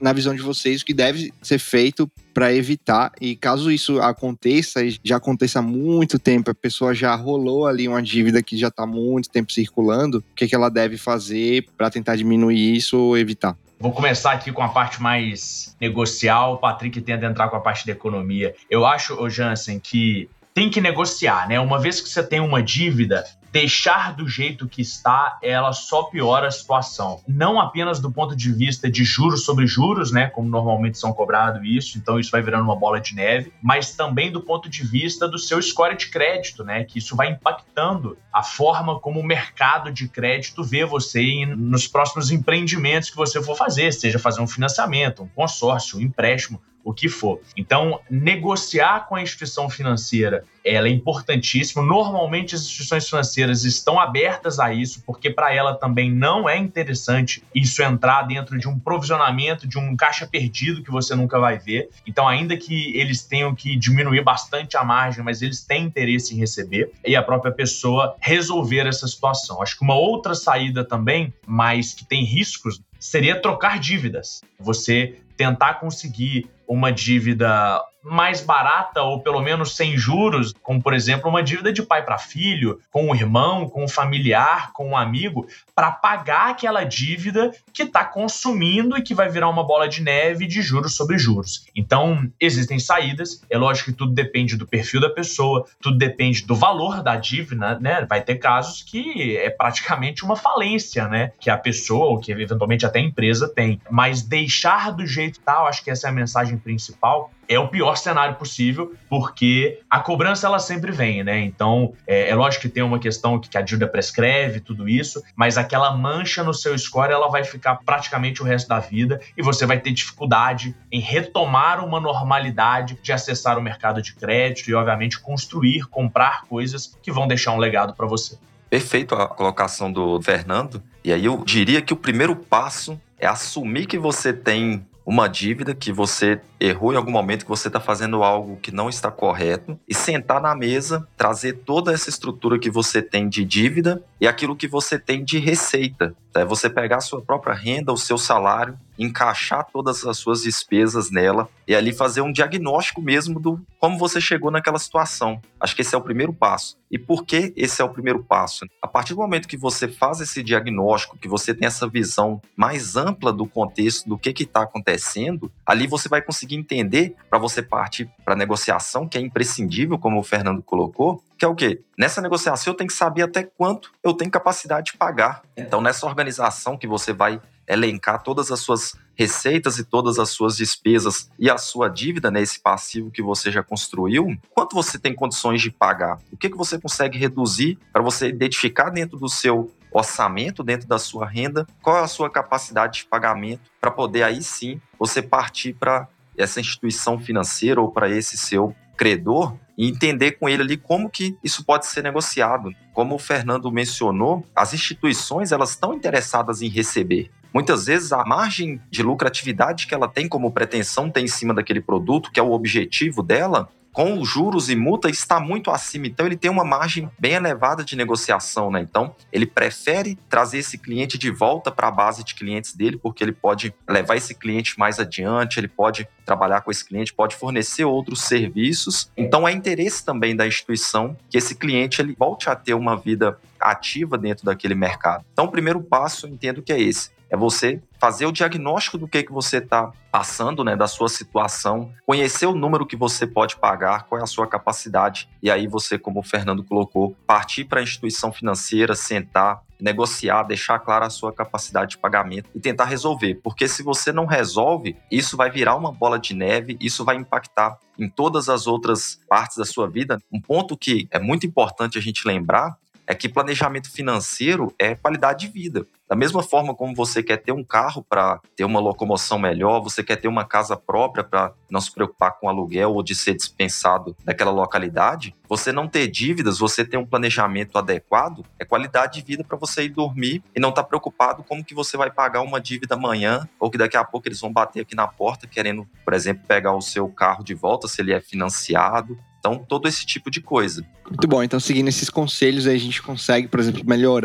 na visão de vocês, o que deve ser feito para evitar, e caso isso aconteça, e já aconteça há muito tempo, a pessoa já rolou ali uma dívida que já está há muito tempo circulando, o que ela deve fazer para tentar diminuir isso ou evitar? Vou começar aqui com a parte mais negocial, o Patrick tenta entrar com a parte da economia. Eu acho, Jansen, que tem que negociar, né? Uma vez que você tem uma dívida, deixar do jeito que está, ela só piora a situação. Não apenas do ponto de vista de juros sobre juros, né, como normalmente são cobrados isso, então isso vai virando uma bola de neve, mas também do ponto de vista do seu score de crédito, né, que isso vai impactando a forma como o mercado de crédito vê você nos próximos empreendimentos que você for fazer, seja fazer um financiamento, um consórcio, um empréstimo, o que for. Então, negociar com a instituição financeira, ela é importantíssimo. Normalmente, as instituições financeiras estão abertas a isso, porque para ela também não é interessante isso entrar dentro de um provisionamento, de um caixa perdido que você nunca vai ver. Então, ainda que eles tenham que diminuir bastante a margem, mas eles têm interesse em receber e a própria pessoa resolver essa situação. Acho que uma outra saída também, mas que tem riscos, seria trocar dívidas. Você tentar conseguir uma dívida mais barata ou pelo menos sem juros, como por exemplo uma dívida de pai para filho, com um irmão, com um familiar, com um amigo, para pagar aquela dívida que está consumindo e que vai virar uma bola de neve de juros sobre juros. Então, existem saídas. É lógico que tudo depende do perfil da pessoa, tudo depende do valor da dívida, né? Vai ter casos que é praticamente uma falência, né? Que a pessoa, ou que eventualmente até a empresa tem. Mas deixar do jeito tal, acho que essa é a mensagem principal, é o pior cenário possível, porque a cobrança ela sempre vem, né? Então, é lógico que tem uma questão que a dívida prescreve, tudo isso, mas aquela mancha no seu score, ela vai ficar praticamente o resto da vida e você vai ter dificuldade em retomar uma normalidade de acessar o mercado de crédito e, obviamente, construir, comprar coisas que vão deixar um legado para você. Perfeito a colocação do Fernando. E aí eu diria que o primeiro passo é assumir que você tem uma dívida, que você errou em algum momento, que você está fazendo algo que não está correto, e sentar na mesa, trazer toda essa estrutura que você tem de dívida e aquilo que você tem de receita. É você pegar a sua própria renda, o seu salário, encaixar todas as suas despesas nela e ali fazer um diagnóstico mesmo do como você chegou naquela situação. Acho que esse é o primeiro passo. E por que esse é o primeiro passo? A partir do momento que você faz esse diagnóstico, que você tem essa visão mais ampla do contexto, do que está acontecendo, ali você vai conseguir entender, para você partir para a negociação, que é imprescindível, como o Fernando colocou, que é o quê? Nessa negociação eu tenho que saber até quanto eu tenho capacidade de pagar. Então, nessa organização que você vai elencar todas as suas receitas e todas as suas despesas e a sua dívida, né, esse passivo que você já construiu, quanto você tem condições de pagar? O que você consegue reduzir para você identificar dentro do seu orçamento, dentro da sua renda, qual é a sua capacidade de pagamento para poder aí sim você partir para essa instituição financeira ou para esse seu credor e entender com ele ali como que isso pode ser negociado. Como o Fernando mencionou, as instituições elas estão interessadas em receber. Muitas vezes a margem de lucratividade que ela tem como pretensão ter em cima daquele produto, que é o objetivo dela, com os juros e multa está muito acima. Então ele tem uma margem bem elevada de negociação, né? Então ele prefere trazer esse cliente de volta para a base de clientes dele, porque ele pode levar esse cliente mais adiante, ele pode trabalhar com esse cliente, pode fornecer outros serviços. Então é interesse também da instituição que esse cliente ele volte a ter uma vida ativa dentro daquele mercado. Então o primeiro passo, eu entendo que é esse. É você fazer o diagnóstico do que você está passando, né, da sua situação, conhecer o número que você pode pagar, qual é a sua capacidade, e aí você, como o Fernando colocou, partir para a instituição financeira, sentar, negociar, deixar clara a sua capacidade de pagamento e tentar resolver. Porque se você não resolve, isso vai virar uma bola de neve, isso vai impactar em todas as outras partes da sua vida. Um ponto que é muito importante a gente lembrar é que planejamento financeiro é qualidade de vida. Da mesma forma como você quer ter um carro para ter uma locomoção melhor, você quer ter uma casa própria para não se preocupar com aluguel ou de ser dispensado daquela localidade, você não ter dívidas, você ter um planejamento adequado, é qualidade de vida para você ir dormir e não estar preocupado como que você vai pagar uma dívida amanhã ou que daqui a pouco eles vão bater aqui na porta querendo, por exemplo, pegar o seu carro de volta se ele é financiado. Então, todo esse tipo de coisa. Muito bom. Então, seguindo esses conselhos, aí a gente consegue, por exemplo, melhorar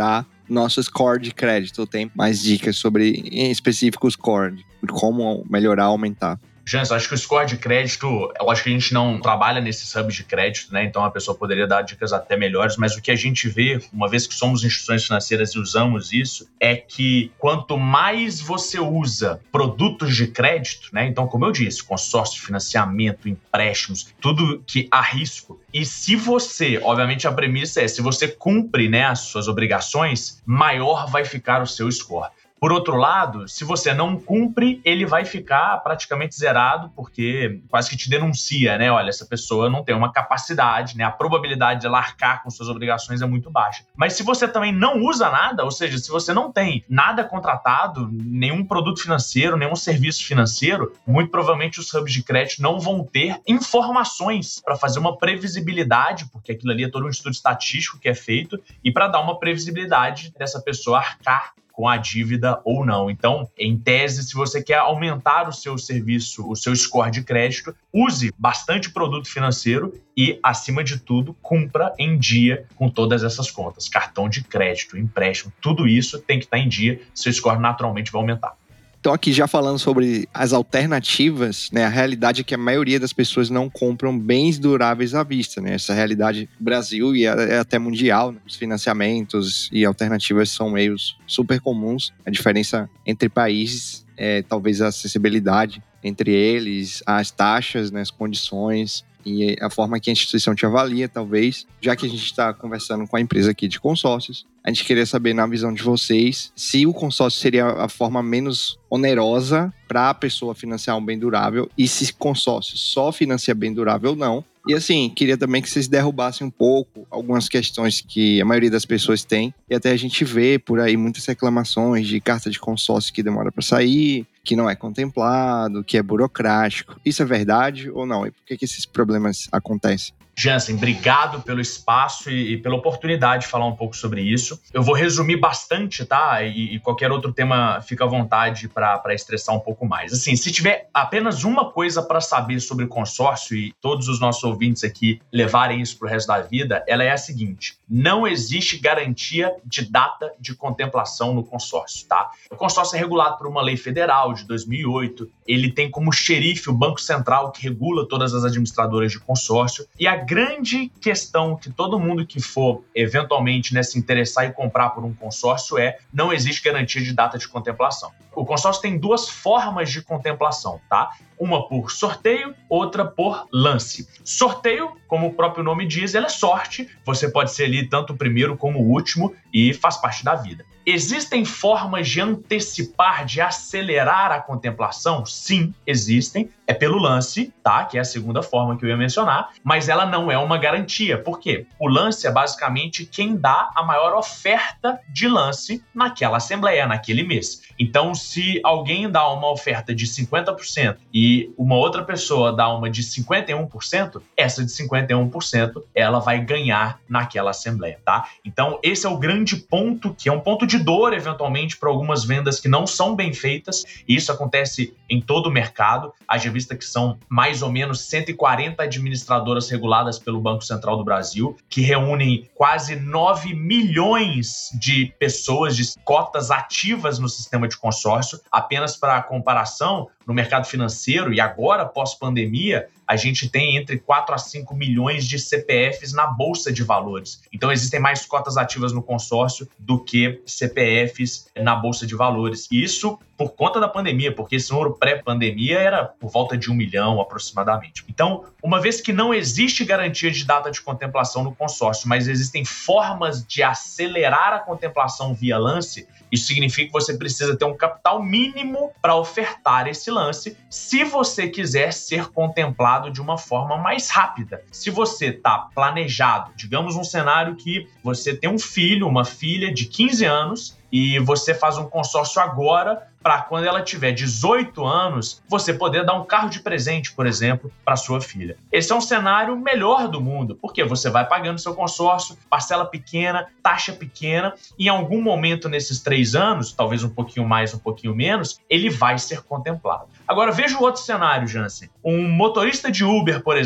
nosso score de crédito? Ou tem mais dicas sobre, em específico, o score? Como melhorar, aumentar? Jansen, acho que o score de crédito, eu acho que a gente não trabalha nesses hubs de crédito, né? Então a pessoa poderia dar dicas até melhores, mas o que a gente vê, uma vez que somos instituições financeiras e usamos isso, é que quanto mais você usa produtos de crédito, né? Então, como eu disse, consórcio, financiamento, empréstimos, tudo que há risco. E se você, obviamente a premissa é, se você cumpre, né, as suas obrigações, maior vai ficar o seu score. Por outro lado, se você não cumpre, ele vai ficar praticamente zerado, porque quase que te denuncia, né? Olha, essa pessoa não tem uma capacidade, né? A probabilidade de ela arcar com suas obrigações é muito baixa. Mas se você também não usa nada, ou seja, se você não tem nada contratado, nenhum produto financeiro, nenhum serviço financeiro, muito provavelmente os hubs de crédito não vão ter informações para fazer uma previsibilidade, porque aquilo ali é todo um estudo estatístico que é feito, e para dar uma previsibilidade dessa pessoa arcar com a dívida ou não. Então, em tese, se você quer aumentar o seu serviço, o seu score de crédito, use bastante produto financeiro e, acima de tudo, cumpra em dia com todas essas contas. Cartão de crédito, empréstimo, tudo isso tem que estar em dia, seu score naturalmente vai aumentar. Então, aqui já falando sobre as alternativas, né? A realidade é que a maioria das pessoas não compram bens duráveis à vista, né? Essa realidade do Brasil e é até mundial, né? Os financiamentos e alternativas são meios super comuns. A diferença entre países é talvez a acessibilidade entre eles, as taxas, né? As condições e a forma que a instituição te avalia, talvez. Já que a gente está conversando com a empresa aqui de consórcios, a gente queria saber, na visão de vocês, se o consórcio seria a forma menos onerosa para a pessoa financiar um bem durável e se consórcio só financia bem durável ou não. E assim, queria também que vocês derrubassem um pouco algumas questões que a maioria das pessoas tem. E até a gente vê por aí muitas reclamações de carta de consórcio que demora para sair, que não é contemplado, que é burocrático. Isso é verdade ou não? E por que esses problemas acontecem? Jansen, obrigado pelo espaço e pela oportunidade de falar um pouco sobre isso. Eu vou resumir bastante, tá? E qualquer outro tema fica à vontade para estressar um pouco mais. Assim, se tiver apenas uma coisa para saber sobre consórcio e todos os nossos ouvintes aqui levarem isso para o resto da vida, ela é a seguinte: não existe garantia de data de contemplação no consórcio, tá? O consórcio é regulado por uma lei federal de 2008. Ele tem como xerife o Banco Central, que regula todas as administradoras de consórcio. E a grande questão que todo mundo que for eventualmente, né, se interessar e comprar por um consórcio não existe garantia de data de contemplação. O consórcio tem duas formas de contemplação, tá? Uma por sorteio, outra por lance. Sorteio, como o próprio nome diz, ela é sorte. Você pode ser ali tanto o primeiro como o último e faz parte da vida. Existem formas de antecipar, de acelerar a contemplação? Sim, existem. É pelo lance, tá? Que é a segunda forma que eu ia mencionar, mas ela não é uma garantia. Por quê? O lance é basicamente quem dá a maior oferta de lance naquela assembleia, naquele mês. Então, se alguém dá uma oferta de 50% e uma outra pessoa dá uma de 51%, essa de 51% ela vai ganhar naquela assembleia, tá? Então, esse é o grande ponto, que é um ponto de dor, eventualmente, para algumas vendas que não são bem feitas, e isso acontece em todo o mercado. Haja vista que são mais ou menos 140 administradoras reguladas pelo Banco Central do Brasil, que reúnem quase 9 milhões de pessoas, de cotas ativas no sistema de consórcio. Apenas para comparação, no mercado financeiro, e agora pós-pandemia, a gente tem entre 4 a 5 milhões de CPFs na Bolsa de Valores. Então, existem mais cotas ativas no consórcio do que CPFs na Bolsa de Valores. E isso por conta da pandemia, porque esse número pré-pandemia era por volta de 1 milhão aproximadamente. Então, uma vez que não existe garantia de data de contemplação no consórcio, mas existem formas de acelerar a contemplação via lance, isso significa que você precisa ter um capital mínimo para ofertar esse lance, se você quiser ser contemplado de uma forma mais rápida. Se você está planejado, digamos um cenário que você tem um filho, uma filha de 15 anos e você faz um consórcio agora para quando ela tiver 18 anos, você poder dar um carro de presente, por exemplo, para sua filha. Esse é um cenário melhor do mundo, porque você vai pagando seu consórcio, parcela pequena, taxa pequena, e em algum momento nesses 3 anos, talvez um pouquinho mais, um pouquinho menos, ele vai ser contemplado. Agora, veja o outro cenário, Jansen. Um motorista de Uber, por exemplo,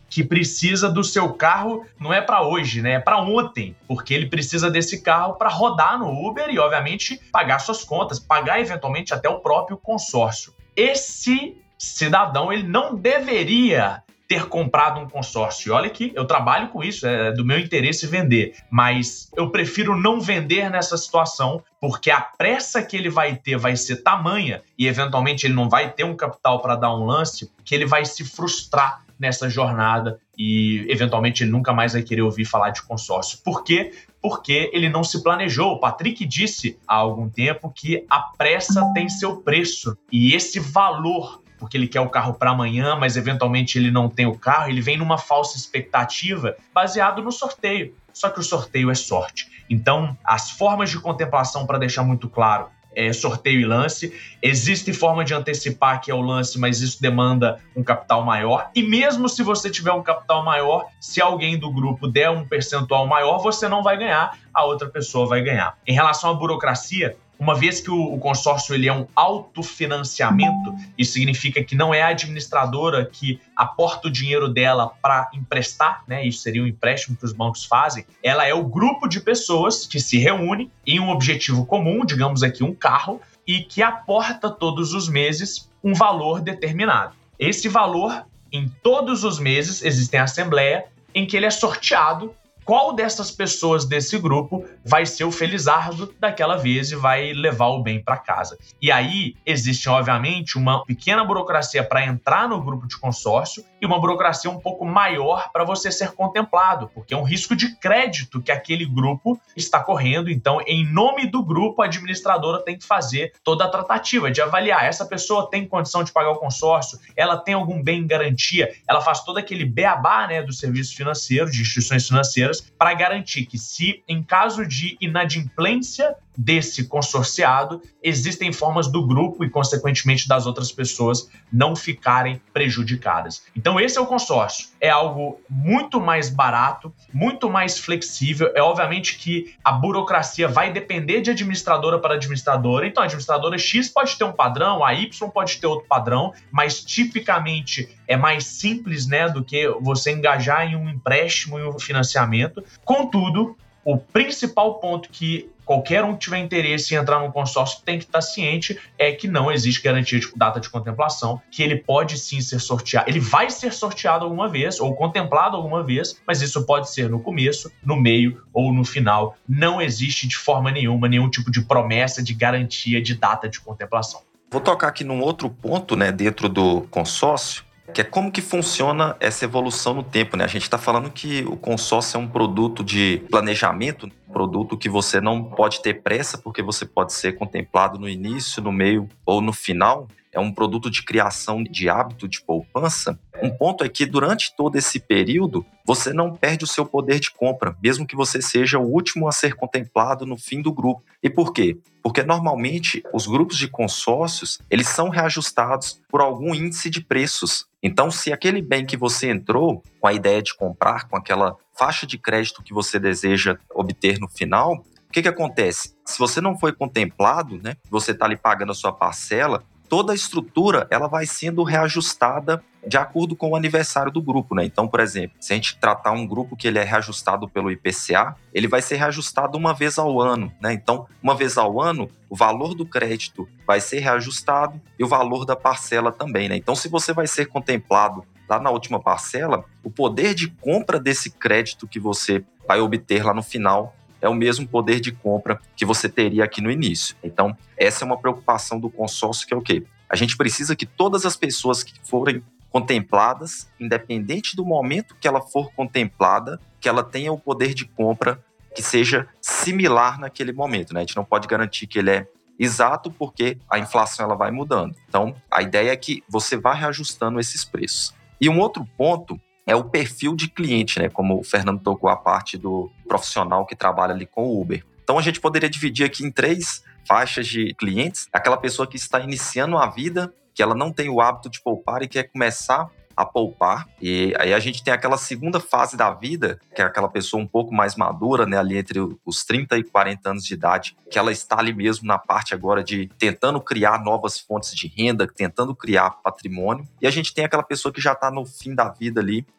que precisa do seu carro, não é para hoje, né? É para ontem, porque ele precisa desse carro para rodar no Uber e, obviamente, pagar suas contas, pagar eventualmente até o próprio consórcio. Esse cidadão, ele não deveria ter comprado um consórcio. E olha que eu trabalho com isso, é do meu interesse vender, mas eu prefiro não vender nessa situação, porque a pressa que ele vai ter vai ser tamanha e eventualmente ele não vai ter um capital para dar um lance, que ele vai se frustrar nessa jornada e eventualmente ele nunca mais vai querer ouvir falar de consórcio. Por quê? Porque ele não se planejou. O Patrick disse há algum tempo que a pressa tem seu preço e esse valor, porque ele quer o carro para amanhã, mas eventualmente ele não tem o carro, ele vem numa falsa expectativa baseado no sorteio. Só que o sorteio é sorte. Então, as formas de contemplação, para deixar muito claro, é sorteio e lance. Existe forma de antecipar, que é o lance, mas isso demanda um capital maior. E mesmo se você tiver um capital maior, se alguém do grupo der um percentual maior, você não vai ganhar, a outra pessoa vai ganhar. Em relação à burocracia, uma vez que o consórcio ele é um autofinanciamento, isso significa que não é a administradora que aporta o dinheiro dela para emprestar, né? Isso seria um empréstimo que os bancos fazem. Ela é o grupo de pessoas que se reúne em um objetivo comum, digamos aqui um carro, e que aporta todos os meses um valor determinado. Esse valor, em todos os meses, existe a assembleia em que ele é sorteado. Qual dessas pessoas desse grupo vai ser o felizardo daquela vez e vai levar o bem para casa? E aí existe, obviamente, uma pequena burocracia para entrar no grupo de consórcio e uma burocracia um pouco maior para você ser contemplado, porque é um risco de crédito que aquele grupo está correndo. Então, em nome do grupo, a administradora tem que fazer toda a tratativa de avaliar. Essa pessoa tem condição de pagar o consórcio? Ela tem algum bem em garantia? Ela faz todo aquele beabá, né, do serviço financeiro, de instituições financeiras, para garantir que, se em caso de inadimplência desse consorciado, existem formas do grupo e, consequentemente, das outras pessoas não ficarem prejudicadas. Então, esse é o consórcio. É algo muito mais barato, muito mais flexível. É obviamente que a burocracia vai depender de administradora para administradora. Então, a administradora X pode ter um padrão, a Y pode ter outro padrão, mas tipicamente é mais simples, né, do que você engajar em um empréstimo, em um financiamento. Contudo, o principal ponto que qualquer um que tiver interesse em entrar no consórcio tem que estar ciente é que não existe garantia de data de contemplação, que ele pode sim ser sorteado. Ele vai ser sorteado alguma vez ou contemplado alguma vez, mas isso pode ser no começo, no meio ou no final. Não existe de forma nenhuma nenhum tipo de promessa de garantia de data de contemplação. Vou tocar aqui num outro ponto, né, dentro do consórcio, que é como que funciona essa evolução no tempo, né? A gente está falando que o consórcio é um produto de planejamento, um produto que você não pode ter pressa, porque você pode ser contemplado no início, no meio ou no final. É um produto de criação de hábito de poupança. Um ponto é que durante todo esse período, você não perde o seu poder de compra, mesmo que você seja o último a ser contemplado no fim do grupo. E por quê? Porque normalmente os grupos de consórcios, eles são reajustados por algum índice de preços. Então, se aquele bem que você entrou com a ideia de comprar, com aquela faixa de crédito que você deseja obter no final, o que acontece? Se você não foi contemplado, né, você está ali pagando a sua parcela, toda a estrutura ela vai sendo reajustada de acordo com o aniversário do grupo, né? Então, por exemplo, se a gente tratar um grupo que ele é reajustado pelo IPCA, ele vai ser reajustado uma vez ao ano, né? Então, uma vez ao ano, o valor do crédito vai ser reajustado e o valor da parcela também, né? Então, se você vai ser contemplado lá na última parcela, o poder de compra desse crédito que você vai obter lá no final é o mesmo poder de compra que você teria aqui no início. Então, essa é uma preocupação do consórcio, que é o quê? A gente precisa que todas as pessoas que forem contempladas, independente do momento que ela for contemplada, que ela tenha o poder de compra que seja similar naquele momento, né? A gente não pode garantir que ele é exato, porque a inflação ela vai mudando. Então, a ideia é que você vá reajustando esses preços. E um outro ponto é o perfil de cliente, né? Como o Fernando tocou a parte do profissional que trabalha ali com o Uber. Então, a gente poderia dividir aqui em 3 faixas de clientes. Aquela pessoa que está iniciando a vida, que ela não tem o hábito de poupar e quer começar a poupar. E aí a gente tem aquela segunda fase da vida, que é aquela pessoa um pouco mais madura, né, ali entre os 30 e 40 anos de idade, que ela está ali mesmo na parte agora de tentando criar novas fontes de renda, tentando criar patrimônio. E a gente tem aquela pessoa que já está no fim da vida ali,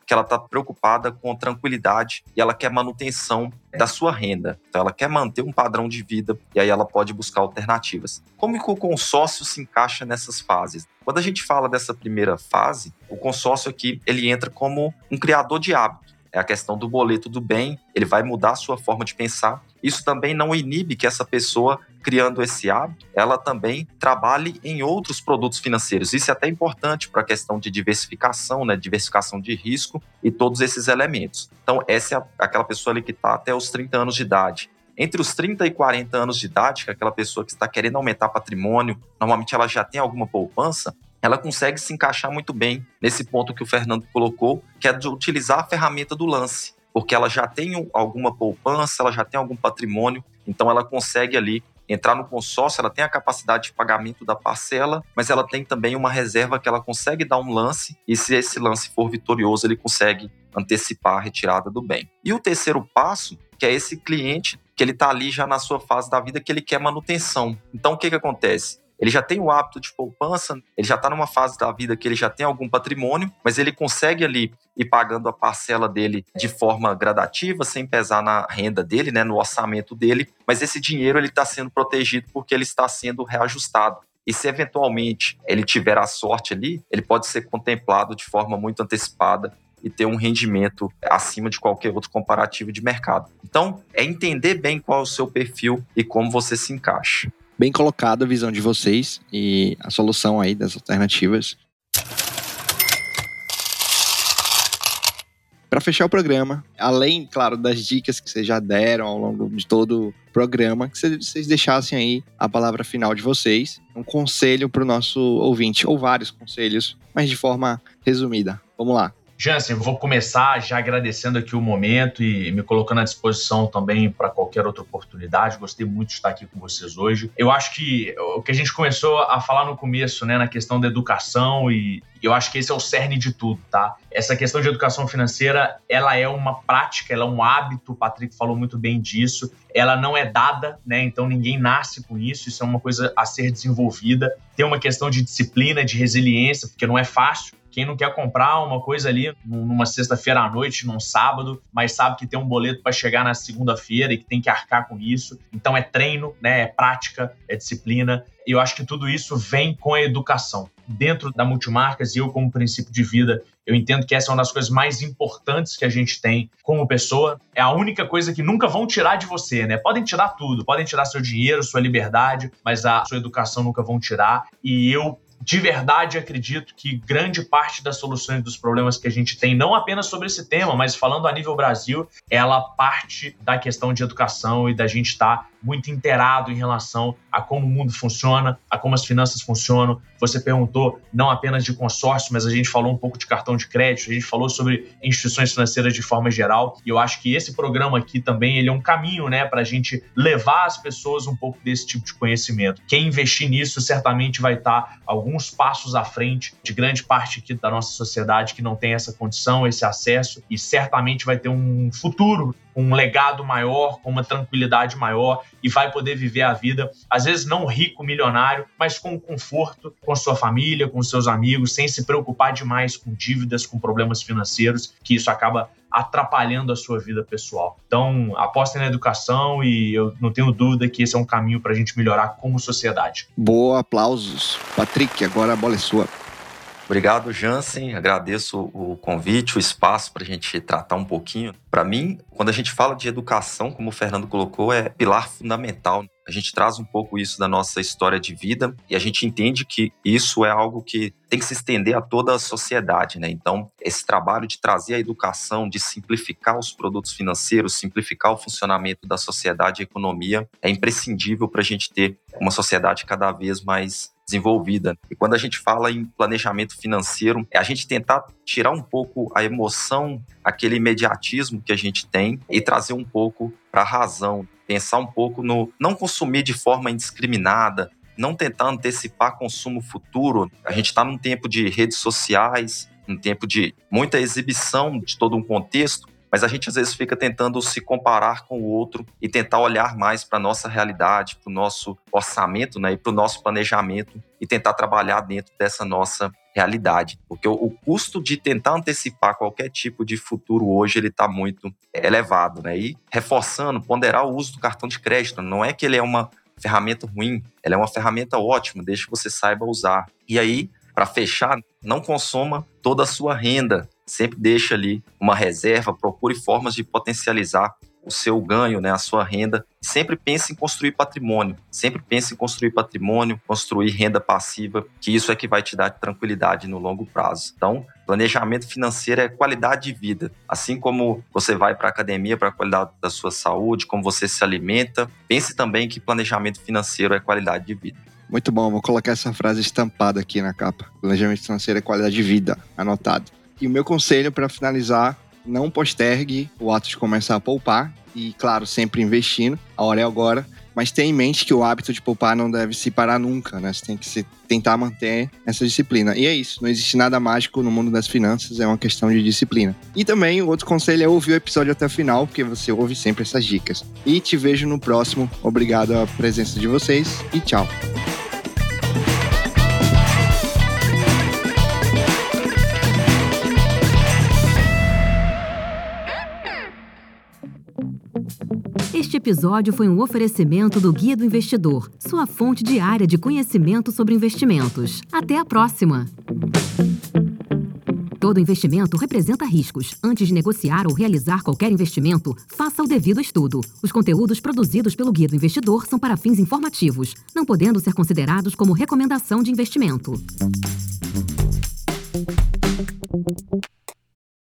que ela está preocupada com tranquilidade e ela quer manutenção da sua renda. Então, ela quer manter um padrão de vida e aí ela pode buscar alternativas. Como que o consórcio se encaixa nessas fases? Quando a gente fala dessa primeira fase, o consórcio aqui, ele entra como um criador de hábito. É a questão do boleto do bem, ele vai mudar a sua forma de pensar. Isso também não inibe que essa pessoa, criando esse hábito, ela também trabalhe em outros produtos financeiros. Isso é até importante para a questão de diversificação, né? Diversificação de risco e todos esses elementos. Então, essa é aquela pessoa ali que está até os 30 anos de idade. Entre os 30 e 40 anos de idade, que é aquela pessoa que está querendo aumentar patrimônio, normalmente ela já tem alguma poupança, ela consegue se encaixar muito bem nesse ponto que o Fernando colocou, que é de utilizar a ferramenta do lance, porque ela já tem alguma poupança, ela já tem algum patrimônio, então ela consegue ali entrar no consórcio, ela tem a capacidade de pagamento da parcela, mas ela tem também uma reserva que ela consegue dar um lance, e se esse lance for vitorioso, ele consegue antecipar a retirada do bem. E o terceiro passo, que é esse cliente que ele está ali já na sua fase da vida que ele quer manutenção. Então, o que acontece? Ele já tem o hábito de poupança, ele já está numa fase da vida que ele já tem algum patrimônio, mas ele consegue ali ir pagando a parcela dele de forma gradativa, sem pesar na renda dele, né, no orçamento dele, mas esse dinheiro ele está sendo protegido porque ele está sendo reajustado. E se eventualmente ele tiver a sorte ali, ele pode ser contemplado de forma muito antecipada e ter um rendimento acima de qualquer outro comparativo de mercado. Então, é entender bem qual é o seu perfil e como você se encaixa. Bem colocada a visão de vocês e a solução aí das alternativas. Para fechar o programa, além, claro, das dicas que vocês já deram ao longo de todo o programa, que vocês deixassem aí a palavra final de vocês, um conselho para o nosso ouvinte, ou vários conselhos, mas de forma resumida. Vamos lá. Jansen, eu vou começar já agradecendo aqui o momento e me colocando à disposição também para qualquer outra oportunidade. Gostei muito de estar aqui com vocês hoje. Eu acho que o que a gente começou a falar no começo, né, na questão da educação, e eu acho que esse é o cerne de tudo, tá? Essa questão de educação financeira, ela é uma prática, ela é um hábito, o Patrick falou muito bem disso, ela não é dada, né? Então ninguém nasce com isso é uma coisa a ser desenvolvida. Tem uma questão de disciplina, de resiliência, porque não é fácil. Quem não quer comprar uma coisa ali numa sexta-feira à noite, num sábado, mas sabe que tem um boleto para chegar na segunda-feira e que tem que arcar com isso. Então é treino, né? É prática, é disciplina. E eu acho que tudo isso vem com a educação. Dentro da Multimarcas, e eu como princípio de vida, eu entendo que essa é uma das coisas mais importantes que a gente tem como pessoa. É a única coisa que nunca vão tirar de você, né? Podem tirar tudo, podem tirar seu dinheiro, sua liberdade, mas a sua educação nunca vão tirar. E eu de verdade acredito que grande parte das soluções dos problemas que a gente tem, não apenas sobre esse tema, mas falando a nível Brasil, ela parte da questão de educação e da gente estar muito inteirado em relação a como o mundo funciona, a como as finanças funcionam. Você perguntou não apenas de consórcio, mas a gente falou um pouco de cartão de crédito, a gente falou sobre instituições financeiras de forma geral, e eu acho que esse programa aqui também ele é um caminho, né, para a gente levar as pessoas um pouco desse tipo de conhecimento. Quem investir nisso certamente vai estar alguns passos à frente de grande parte aqui da nossa sociedade que não tem essa condição, esse acesso, e certamente vai ter um futuro, um legado maior, com uma tranquilidade maior, e vai poder viver a vida, às vezes não rico, milionário, mas com conforto, com sua família, com seus amigos, sem se preocupar demais com dívidas, com problemas financeiros, que isso acaba atrapalhando a sua vida pessoal. Então, apostem na educação e eu não tenho dúvida que esse é um caminho para a gente melhorar como sociedade. Boa, aplausos. Patrick, agora a bola é sua. Obrigado, Jansen. Agradeço o convite, o espaço para a gente tratar um pouquinho. Para mim, quando a gente fala de educação, como o Fernando colocou, é pilar fundamental. A gente traz um pouco isso da nossa história de vida e a gente entende que isso é algo que tem que se estender a toda a sociedade, né? Então, esse trabalho de trazer a educação, de simplificar os produtos financeiros, simplificar o funcionamento da sociedade e economia, é imprescindível para a gente ter uma sociedade cada vez mais desenvolvida. E quando a gente fala em planejamento financeiro, é a gente tentar tirar um pouco a emoção, aquele imediatismo que a gente tem e trazer um pouco para a razão, pensar um pouco no não consumir de forma indiscriminada, não tentar antecipar consumo futuro. A gente está num tempo de redes sociais, um tempo de muita exibição de todo um contexto, mas a gente às vezes fica tentando se comparar com o outro e tentar olhar mais para a nossa realidade, para o nosso orçamento, né, e para o nosso planejamento e tentar trabalhar dentro dessa nossa realidade. Porque o custo de tentar antecipar qualquer tipo de futuro hoje, ele está muito elevado, né? E reforçando, ponderar o uso do cartão de crédito. Não é que ele é uma ferramenta ruim, ela é uma ferramenta ótima, desde que você saiba usar. E aí, para fechar, não consuma toda a sua renda. Sempre deixe ali uma reserva, procure formas de potencializar o seu ganho, né, a sua renda. Sempre pense em construir patrimônio. Sempre pense em construir patrimônio, construir renda passiva, que isso é que vai te dar tranquilidade no longo prazo. Então, planejamento financeiro é qualidade de vida. Assim como você vai para a academia para a qualidade da sua saúde, como você se alimenta, pense também que planejamento financeiro é qualidade de vida. Muito bom, vou colocar essa frase estampada aqui na capa. Planejamento financeiro é qualidade de vida, anotado. E o meu conselho para finalizar: não postergue o ato de começar a poupar e, claro, sempre investindo, a hora é agora, mas tenha em mente que o hábito de poupar não deve se parar nunca, né? Você tem que tentar manter essa disciplina. E é isso, não existe nada mágico no mundo das finanças, é uma questão de disciplina. E também o outro conselho é ouvir o episódio até o final, porque você ouve sempre essas dicas. E te vejo no próximo. Obrigado à presença de vocês e tchau. Este episódio foi um oferecimento do Guia do Investidor, sua fonte diária de conhecimento sobre investimentos. Até a próxima! Todo investimento representa riscos. Antes de negociar ou realizar qualquer investimento, faça o devido estudo. Os conteúdos produzidos pelo Guia do Investidor são para fins informativos, não podendo ser considerados como recomendação de investimento.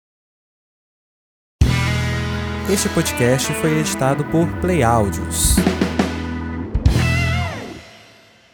Este podcast foi editado por Play Áudios.